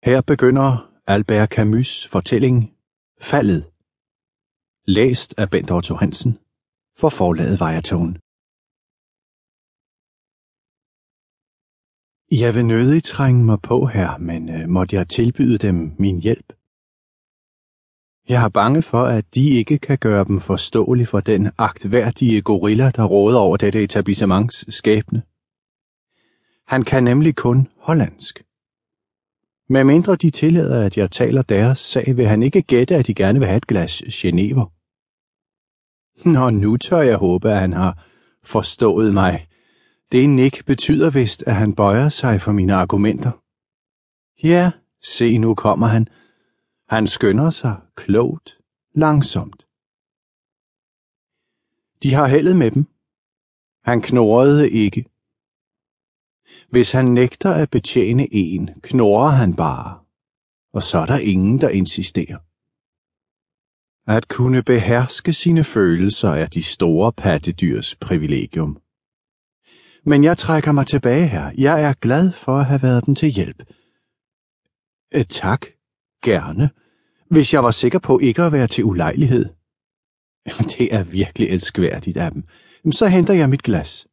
Her begynder Albert Camus' fortælling Faldet, læst af Bent Otto Hansen for forlaget Vejrtone. Jeg vil nødig trænge mig på her, men måtte jeg tilbyde dem min hjælp? Jeg er bange for, at de ikke kan gøre dem forståelig for den agtværdige gorilla, der råder over dette etablissements skæbne. Han kan nemlig kun hollandsk. Medmindre de tillader, at jeg taler deres sag, vil han ikke gætte, at de gerne vil have et glas Genever. Nå, nu tør jeg håbe, at han har forstået mig. Det nik betyder vist, at han bøjer sig for mine argumenter. Ja, se, nu kommer han. Han skynder sig klogt, langsomt. De har heldet med dem. Han knurrede ikke. Hvis han nægter at betjene en, knurrer han bare, og så er der ingen, der insisterer. At kunne beherske sine følelser er de store pattedyrs privilegium. Men jeg trækker mig tilbage her. Jeg er glad for at have været dem til hjælp. Tak, gerne, hvis jeg var sikker på ikke at være til ulejlighed. Det er virkelig elskværdigt af dem. Så henter jeg mit glas.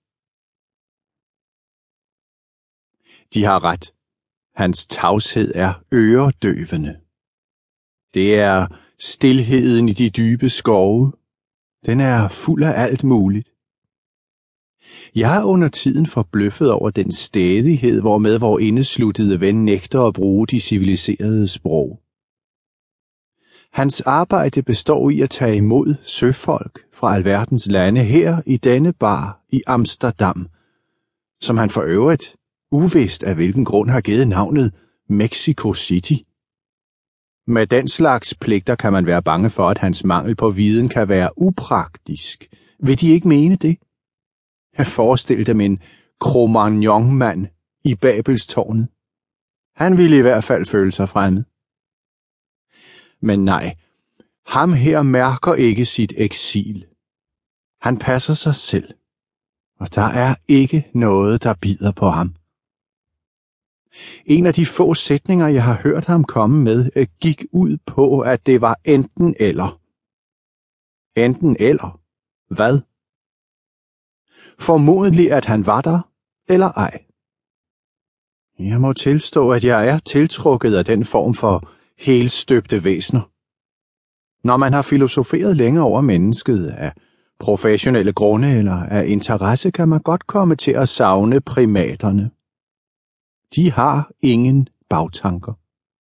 De har ret. Hans tavshed er øredøvende. Det er stilheden i de dybe skove. Den er fuld af alt muligt. Jeg er under tiden forbløffet over den stædighed, hvormed vor indesluttede ven nægter at bruge de civiliserede sprog. Hans arbejde består i at tage imod søfolk fra alverdens lande her i denne bar i Amsterdam, som han for øvrigt uvist af hvilken grund har givet navnet Mexico City. Med den slags pligter kan man være bange for, at hans mangel på viden kan være upraktisk. Vil de ikke mene det? Jeg forestiller dem en Cro-Magnon-mand i Babelstårnet. Han ville i hvert fald føle sig fremmed. Men nej, ham her mærker ikke sit eksil. Han passer sig selv, og der er ikke noget, der bider på ham. En af de få sætninger, jeg har hørt ham komme med, gik ud på, at det var enten eller. Enten eller? Hvad? Formodentlig, at han var der, eller ej. Jeg må tilstå, at jeg er tiltrukket af den form for helstøbte væsener. Når man har filosoferet længe over mennesket af professionelle grunde eller af interesse, kan man godt komme til at savne primaterne. De har ingen bagtanker.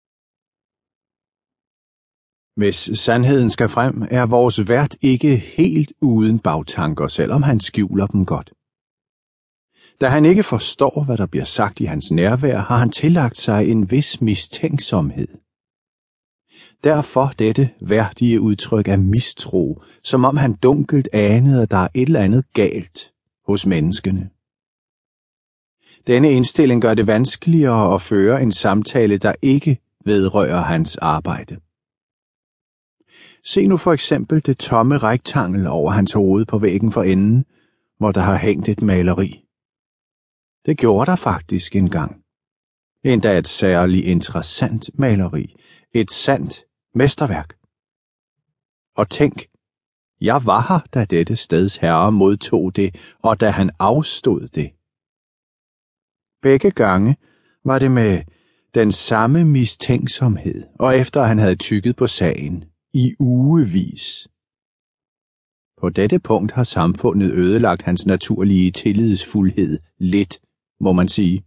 Hvis sandheden skal frem, er vores vært ikke helt uden bagtanker, selvom han skjuler dem godt. Da han ikke forstår, hvad der bliver sagt i hans nærvær, har han tillagt sig en vis mistænksomhed. Derfor dette værdige udtryk af mistro, som om han dunkelt anede, at der er et eller andet galt hos menneskene. Denne indstilling gør det vanskeligere at føre en samtale, der ikke vedrører hans arbejde. Se nu for eksempel det tomme rektangel over hans hoved på væggen for enden, hvor der har hængt et maleri. Det gjorde der faktisk engang. Endda et særligt interessant maleri. Et sandt mesterværk. Og tænk, jeg var her, da dette steds herre modtog det, og da han afstod det. Begge gange var det med den samme mistænksomhed, og efter han havde tygget på sagen i ugevis. På dette punkt har samfundet ødelagt hans naturlige tillidsfuldhed lidt, må man sige.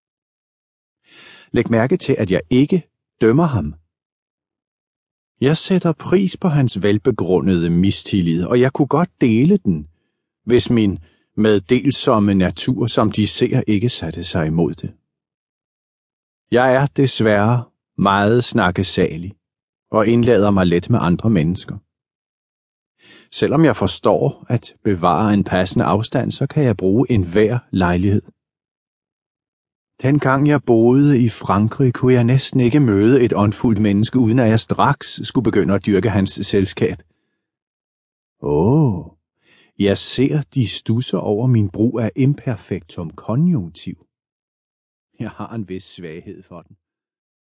Læg mærke til, at jeg ikke dømmer ham. Jeg sætter pris på hans velbegrundede mistillid, og jeg kunne godt dele den, hvis min meddelsomme natur, som de ser, ikke satte sig imod det. Jeg er desværre meget snakkesalig og indlader mig let med andre mennesker. Selvom jeg forstår at bevare en passende afstand, så kan jeg bruge enhver lejlighed. Dengang jeg boede i Frankrig, kunne jeg næsten ikke møde et åndfuldt menneske, uden at jeg straks skulle begynde at dyrke hans selskab. Jeg ser, de studser over min brug af imperfektum konjunktiv. Jeg har en vis svaghed for den.